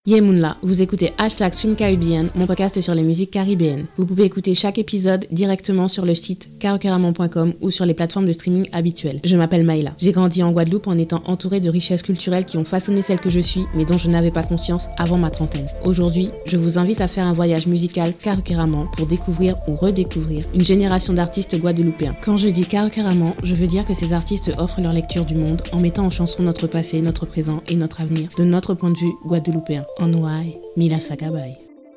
Yemunla, vous écoutez Hashtag Stream Caribbean, mon podcast sur les musiques caribéennes. Vous pouvez écouter chaque épisode directement sur le site karokeramon.com ou sur les plateformes de streaming habituelles. Je m'appelle Maïla. J'ai grandi en Guadeloupe en étant entourée de richesses culturelles qui ont façonné celle que je suis, mais dont je n'avais pas conscience avant ma trentaine. Aujourd'hui, je vous invite à faire un voyage musical Karokeramon pour découvrir ou redécouvrir une génération d'artistes guadeloupéens. Quand je dis Karokeramon, je veux dire que ces artistes offrent leur lecture du monde en mettant en chanson notre passé, notre présent et notre avenir, de notre point de vue guadeloupéen. En Ouai, Mila Sakabay.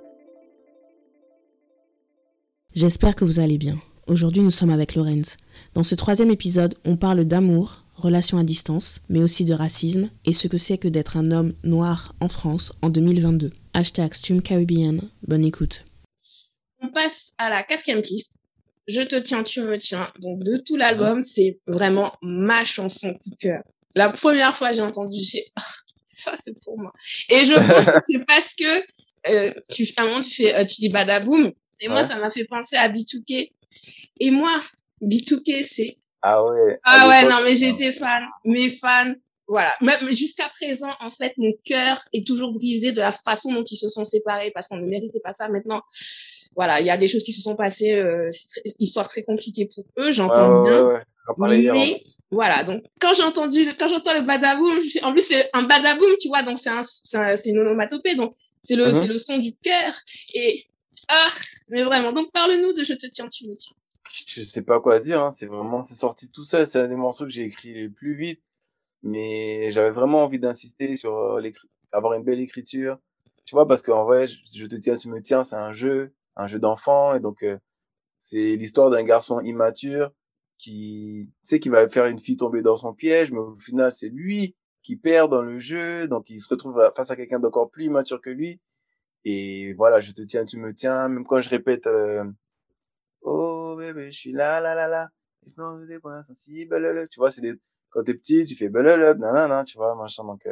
J'espère que vous allez bien. Aujourd'hui, nous sommes avec Lorenz. Dans ce 3e épisode, on parle d'amour, relations à distance, mais aussi de racisme et ce que c'est que d'être un homme noir en France en 2022. Hashtag Stream Caribbean. Bonne écoute. On passe à la 4e piste. Je te tiens, tu me tiens. Donc, de tout l'album, c'est vraiment ma chanson coup de cœur. La première fois, j'ai entendu, j'ai fait... ça c'est pour moi, et je pense que c'est parce que à un moment tu dis badaboum et moi ça m'a fait penser à B2K et moi B2K c'est non mais j'étais fan, mes fans, voilà, même jusqu'à présent en fait mon cœur est toujours brisé de la façon dont ils se sont séparés parce qu'on ne méritait pas ça. Maintenant voilà, il y a des choses qui se sont passées, histoire très compliquée pour eux, j'entends bien. Mais voilà, donc quand j'entends le badaboum, en plus c'est un badaboum, tu vois, donc c'est une onomatopée, donc c'est le son du cœur et mais vraiment, donc parle-nous de Je te tiens, tu me tiens. Je sais pas quoi dire, hein, c'est sorti tout seul, c'est un des morceaux que j'ai écrit le plus vite, mais j'avais vraiment envie d'insister sur avoir une belle écriture, tu vois, parce qu'en vrai, Je te tiens, tu me tiens, c'est un jeu d'enfant, et donc c'est l'histoire d'un garçon immature qui sait qu'il va faire une fille tomber dans son piège, mais au final, c'est lui qui perd dans le jeu, donc il se retrouve face à quelqu'un d'encore plus immature que lui. Et voilà, je te tiens, tu me tiens, même quand je répète oh bébé, je suis là, là, là, là, et je mange des points sensibles, tu vois, quand t'es petit, tu fais blablabla, nanana, tu vois, machin, donc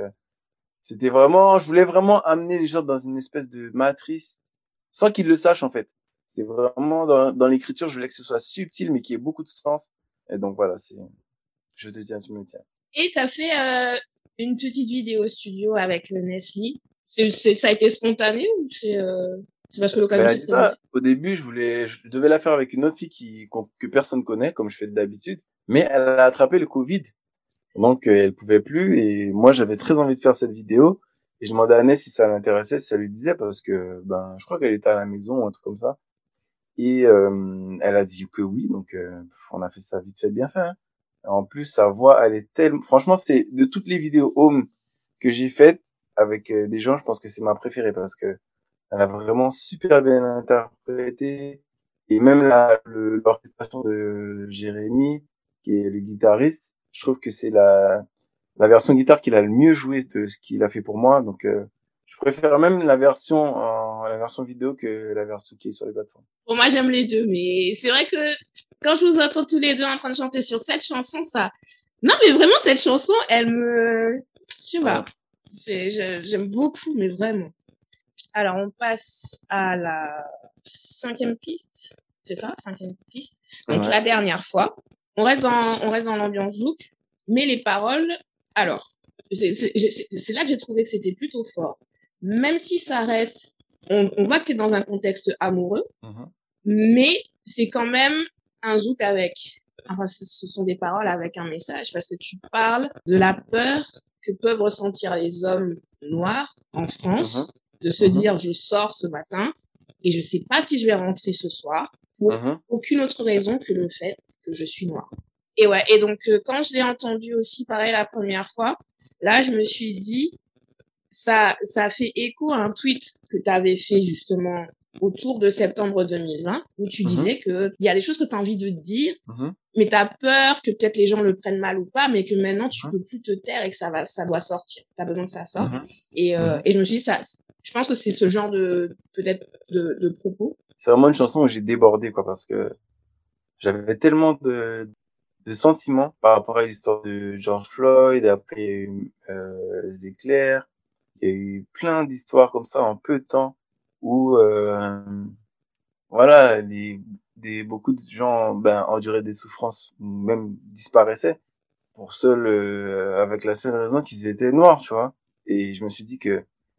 je voulais vraiment amener les gens dans une espèce de matrice, sans qu'ils le sachent, en fait. C'était vraiment dans l'écriture, je voulais que ce soit subtil, mais qu'il y ait beaucoup de sens. Et donc voilà, c'est Je te tiens, tu me tiens. Et t'as fait une petite vidéo studio avec Nestlé. Ça a été spontané ou c'est parce que l'occasion s'est présentée? Au début, je devais la faire avec une autre fille que personne connaît, comme je fais d'habitude, mais elle a attrapé le Covid. Donc elle pouvait plus, et moi j'avais très envie de faire cette vidéo, et je demandais à Ness si ça l'intéressait, si ça lui disait, parce que je crois qu'elle était à la maison ou un truc comme ça. Et elle a dit que oui, donc on a fait ça vite fait, bien fait, hein. En plus, sa voix, elle est tellement... Franchement, c'était de toutes les vidéos home que j'ai faites avec des gens, je pense que c'est ma préférée parce que elle a vraiment super bien interprété. Et même l'orchestration de Jérémy, qui est le guitariste, je trouve que c'est la version guitare qu'il a le mieux joué de ce qu'il a fait pour moi. Donc, je préfère même la version vidéo que la version qui est sur les plateformes. Bon, moi, j'aime les deux, mais c'est vrai que quand je vous entends tous les deux en train de chanter sur cette chanson, ça... Non, mais vraiment, cette chanson, elle me... Je sais pas. J'aime beaucoup, mais vraiment. Alors, on passe à la 5e piste. C'est ça, 5e piste. Donc, la dernière fois. On reste dans l'ambiance zouk, mais les paroles... Alors, c'est là que j'ai trouvé que c'était plutôt fort. Même si ça reste... On voit que t'es dans un contexte amoureux, mais c'est quand même un zouk avec... Enfin, ce sont des paroles avec un message, parce que tu parles de la peur que peuvent ressentir les hommes noirs en France, de se dire je sors ce matin et je sais pas si je vais rentrer ce soir pour aucune autre raison que le fait que je suis noire. Et ouais, et donc quand je l'ai entendu aussi pareil la première fois, là je me suis dit ça fait écho à un tweet que tu avais fait justement autour de septembre 2020 où tu disais que il y a des choses que tu as envie de dire mais tu as peur que peut-être les gens le prennent mal ou pas, mais que maintenant tu peux plus te taire et que ça doit sortir. Tu as besoin que ça sorte. Et je me suis dit je pense que c'est ce genre de peut-être de propos. C'est vraiment une chanson où j'ai débordé quoi, parce que j'avais tellement de sentiments par rapport à l'histoire de George Floyd, après il y a eu Zéclair, il y a eu plein d'histoires comme ça en peu de temps où voilà, beaucoup de gens enduraient des souffrances ou même disparaissaient avec la seule raison qu'ils étaient noirs, tu vois. Et je me suis dit que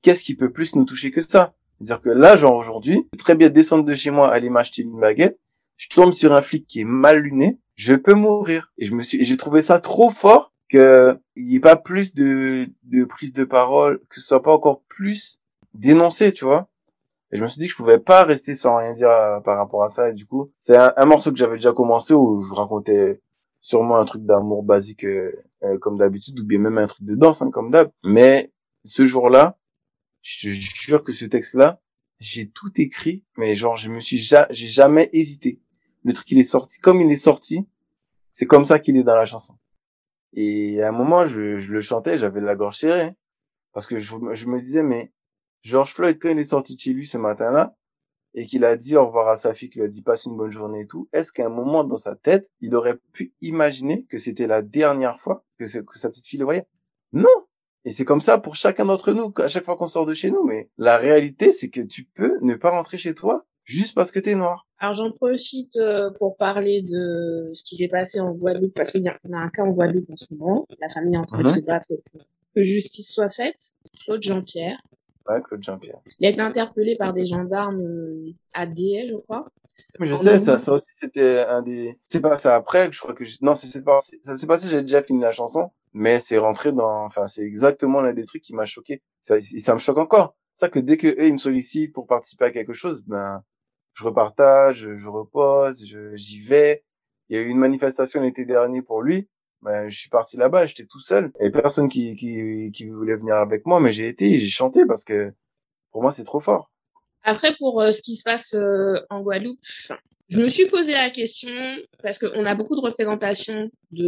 qu'est-ce qui peut plus nous toucher que ça? C'est-à-dire que là, genre aujourd'hui, je peux très bien descendre de chez moi, aller m'acheter une baguette, je tombe sur un flic qui est mal luné, je peux mourir. Et j'ai trouvé ça trop fort que il n'y ait pas plus de prise de parole, que ce soit pas encore plus dénoncé, tu vois. Et je me suis dit que je pouvais pas rester sans rien dire par rapport à ça. Et du coup, c'est un morceau que j'avais déjà commencé où je racontais sûrement un truc d'amour basique comme d'habitude, ou bien même un truc de danse hein, comme d'hab. Mais ce jour-là, je te jure que ce texte-là, j'ai tout écrit, mais genre j'ai jamais hésité. Le truc il est sorti comme il est sorti, c'est comme ça qu'il est dans la chanson. Et à un moment, je le chantais, j'avais la gorge serrée, hein, parce que je me disais mais George Floyd, quand il est sorti de chez lui ce matin-là, et qu'il a dit au revoir à sa fille, qu'il lui a dit passe une bonne journée et tout, est-ce qu'à un moment dans sa tête, il aurait pu imaginer que c'était la dernière fois que sa petite fille le voyait? Non! Et c'est comme ça pour chacun d'entre nous, à chaque fois qu'on sort de chez nous, mais la réalité, c'est que tu peux ne pas rentrer chez toi juste parce que t'es noir. Alors j'en profite pour parler de ce qui s'est passé en Guadeloupe, parce qu'il y a un cas en Guadeloupe en ce moment. La famille est en train de se battre pour que justice soit faite. Claude Jean-Pierre. Ouais, Claude Jean-Pierre. Il a été interpellé par des gendarmes à Déa, je crois. Mais je sais, ça aussi c'était un des... C'est pas ça après, je crois que... Non, ça s'est passé, j'avais déjà fini la chanson, mais c'est rentré dans... Enfin, c'est exactement l'un des trucs qui m'a choqué. Ça me choque encore. C'est ça que dès que eux, ils me sollicitent pour participer à quelque chose, ben, je repartage, je repose, j'y vais. Il y a eu une manifestation l'été dernier pour lui. Ben, je suis parti là-bas, j'étais tout seul. Il y avait personne qui voulait venir avec moi, mais j'ai été, j'ai chanté parce que pour moi, c'est trop fort. Après, pour ce qui se passe en Guadeloupe, je me suis posé la question parce qu'on a beaucoup de représentations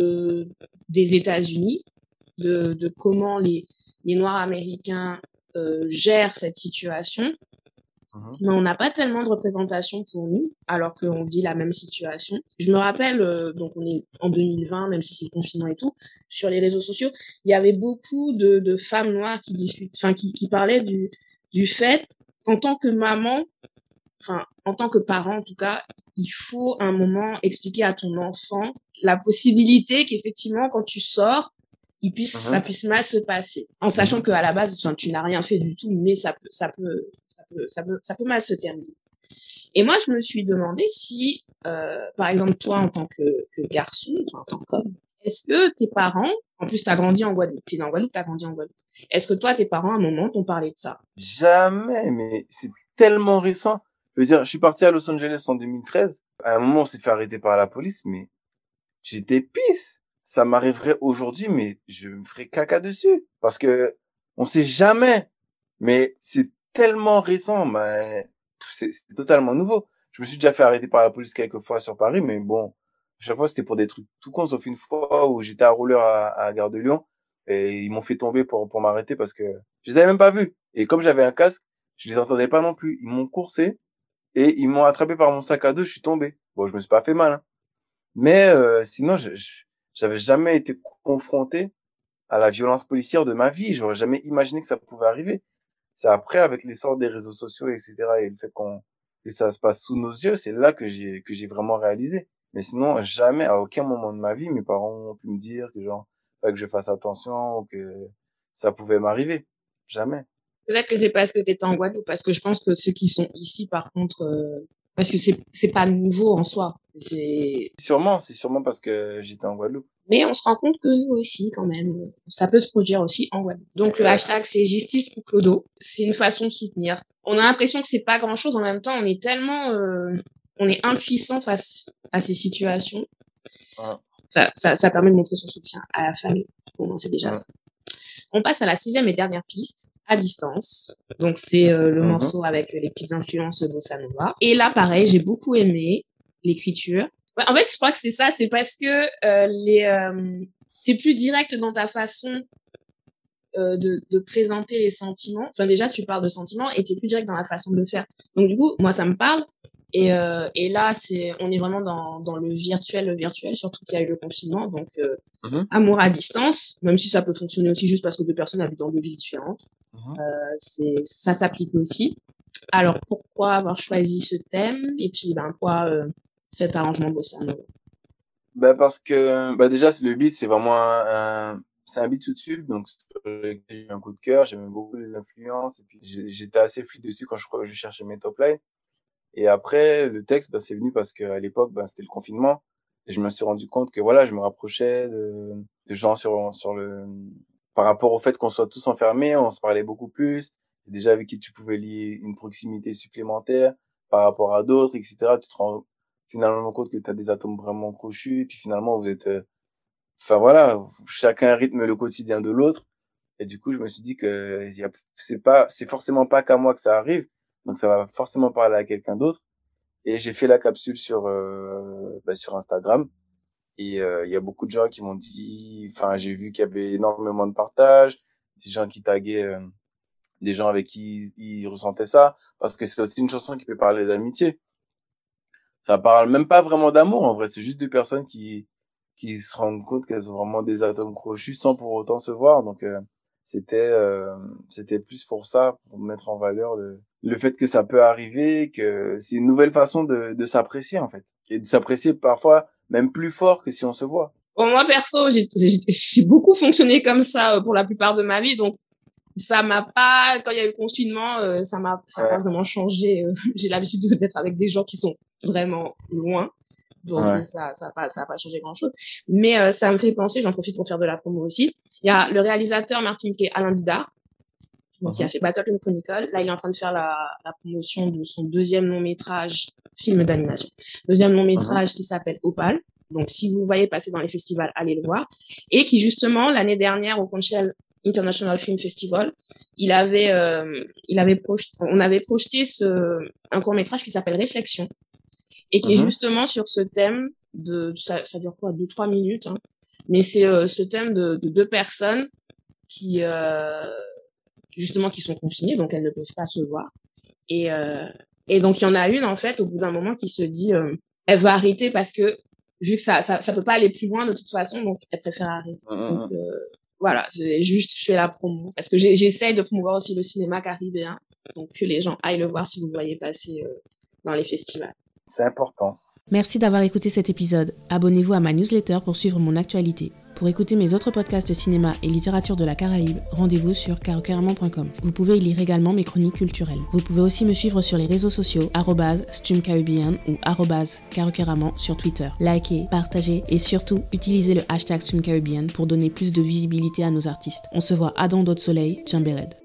des États-Unis, de comment les Noirs américains gèrent cette situation. Mais on n'a pas tellement de représentation pour nous, alors qu'on vit la même situation. Je me rappelle, donc on est en 2020, même si c'est confinement et tout, sur les réseaux sociaux, il y avait beaucoup de femmes noires qui discutent, enfin qui parlaient du fait, en tant que maman, enfin en tant que parent en tout cas, il faut un moment expliquer à ton enfant la possibilité qu'effectivement quand tu sors, ça puisse mal se passer, en sachant que à la base, enfin, tu n'as rien fait du tout, mais ça peut mal se terminer. Et moi, je me suis demandé si, par exemple, toi, en tant que garçon, enfin, en tant qu'homme, est-ce que tes parents, en plus, t'as grandi en Guadeloupe, t'es né en Guadeloupe, t'as grandi en Guadeloupe. Est-ce que toi, tes parents, à un moment, t'ont parlé de ça? Jamais, mais c'est tellement récent. Je veux dire, je suis parti à Los Angeles en 2013. À un moment, on s'est fait arrêter par la police, mais j'étais pisse. Ça m'arriverait aujourd'hui, mais je me ferais caca dessus. Parce que on sait jamais. Mais c'est tellement récent, mais c'est totalement nouveau. Je me suis déjà fait arrêter par la police quelques fois sur Paris, mais bon, chaque fois c'était pour des trucs tout cons, sauf une fois où j'étais à rouleur à Gare de Lyon et ils m'ont fait tomber pour m'arrêter parce que je les avais même pas vus. Et comme j'avais un casque, je les entendais pas non plus. Ils m'ont coursé et ils m'ont attrapé par mon sac à dos, je suis tombé. Bon, je me suis pas fait mal, hein. Mais sinon, j'avais jamais été confronté à la violence policière de ma vie. J'aurais jamais imaginé que ça pouvait arriver. C'est après, avec l'essor des réseaux sociaux, etc., et le fait que ça se passe sous nos yeux, c'est là que j'ai vraiment réalisé. Mais sinon, jamais, à aucun moment de ma vie, mes parents ont pu me dire que genre, fallait que je fasse attention, ou que ça pouvait m'arriver. Jamais. Peut-être que c'est parce que t'étais en Guadeloupe, parce que je pense que ceux qui sont ici, par contre, parce que c'est pas nouveau en soi. C'est sûrement parce que j'étais en Guadeloupe. Mais on se rend compte que nous aussi, quand même, ça peut se produire aussi en Guadeloupe. Donc le hashtag, c'est Justice pour Clodo. C'est une façon de soutenir. On a l'impression que c'est pas grand-chose. En même temps, on est tellement, on est impuissant face à ces situations. Ouais. Ça permet de montrer son soutien à la famille. Bon, c'est déjà ça. On passe à la 6e et dernière piste, À distance. Donc c'est le morceau avec les petites influences de bossa nova. Et là, pareil, j'ai beaucoup aimé l'écriture. Ouais, en fait, je crois que c'est ça, c'est parce que t'es plus direct dans ta façon de présenter les sentiments. Enfin, déjà, tu parles de sentiments et t'es plus direct dans la façon de le faire. Donc, du coup, moi, ça me parle. Et là, on est vraiment dans le virtuel, surtout qu'il y a eu le confinement. Donc, amour à distance, même si ça peut fonctionner aussi juste parce que deux personnes habitent dans deux villes différentes. Ça s'applique aussi. Alors, pourquoi avoir choisi ce thème? Et puis, pourquoi cet arrangement bossa nova? Parce que déjà le beat c'est vraiment c'est un beat tout de suite, donc j'ai eu un coup de cœur, j'aimais beaucoup les influences, et puis j'étais assez fluide dessus quand je cherchais mes top lines. Et après, le texte, bah, c'est venu parce qu'à l'époque, bah, c'était le confinement, et je me suis rendu compte que voilà, je me rapprochais de gens par rapport au fait qu'on soit tous enfermés, on se parlait beaucoup plus, et déjà avec qui tu pouvais lier une proximité supplémentaire par rapport à d'autres, etc. Tu te rends finalement compte que tu as des atomes vraiment crochus, et puis finalement, vous êtes, enfin voilà, chacun rythme le quotidien de l'autre. Et du coup, je me suis dit que c'est forcément pas qu'à moi que ça arrive. Donc ça va forcément parler à quelqu'un d'autre. Et j'ai fait la capsule sur Instagram. Et il y a beaucoup de gens qui m'ont dit, enfin, j'ai vu qu'il y avait énormément de partages, des gens qui taguaient des gens avec qui ils ressentaient ça, parce que c'est aussi une chanson qui peut parler d'amitié. Ça parle même pas vraiment d'amour, en vrai, c'est juste deux personnes qui se rendent compte qu'elles ont vraiment des atomes crochus sans pour autant se voir. Donc c'était plus pour ça, pour mettre en valeur le fait que ça peut arriver, que c'est une nouvelle façon de s'apprécier en fait, et de s'apprécier parfois même plus fort que si on se voit. Bon, moi perso, j'ai beaucoup fonctionné comme ça pour la plupart de ma vie, donc ça m'a pas, quand il y a eu le confinement, ça m'a pas vraiment changé. J'ai l'habitude d'être avec des gens qui sont vraiment loin. Donc, ça a pas changé grand chose. Mais, ça me fait penser, j'en profite pour faire de la promo aussi. Il y a le réalisateur martiniquais Alain Bidard, donc, qui a fait Battle in Chronicle. Là, il est en train de faire la promotion de son deuxième long métrage, film d'animation. Deuxième long métrage qui s'appelle Opal. Donc, si vous le voyez passer dans les festivals, allez le voir. Et qui, justement, l'année dernière, au Conchel International Film Festival, on avait projeté un court-métrage qui s'appelle Réflexion. Et qui est justement sur ce thème ça dure quoi, 2-3 minutes, hein. Mais c'est ce thème de deux personnes qui justement qui sont confinées, donc elles ne peuvent pas se voir. Et donc il y en a une en fait au bout d'un moment qui se dit elle va arrêter parce que vu que ça peut pas aller plus loin de toute façon, donc elle préfère arrêter. Donc voilà, c'est juste je fais la promo parce que j'essaye de promouvoir aussi le cinéma caribéen, donc que les gens aillent le voir si vous le voyez passer dans les festivals. C'est important. Merci d'avoir écouté cet épisode. Abonnez-vous à ma newsletter pour suivre mon actualité. Pour écouter mes autres podcasts de cinéma et littérature de la Caraïbe, rendez-vous sur caroqueramon.com. Vous pouvez y lire également mes chroniques culturelles. Vous pouvez aussi me suivre sur les réseaux sociaux @StumCaribbean ou @caroqueramon sur Twitter. Likez, partagez et surtout, utilisez le hashtag StumCaribbean pour donner plus de visibilité à nos artistes. On se voit à Don d'autres soleil, Tchambéred.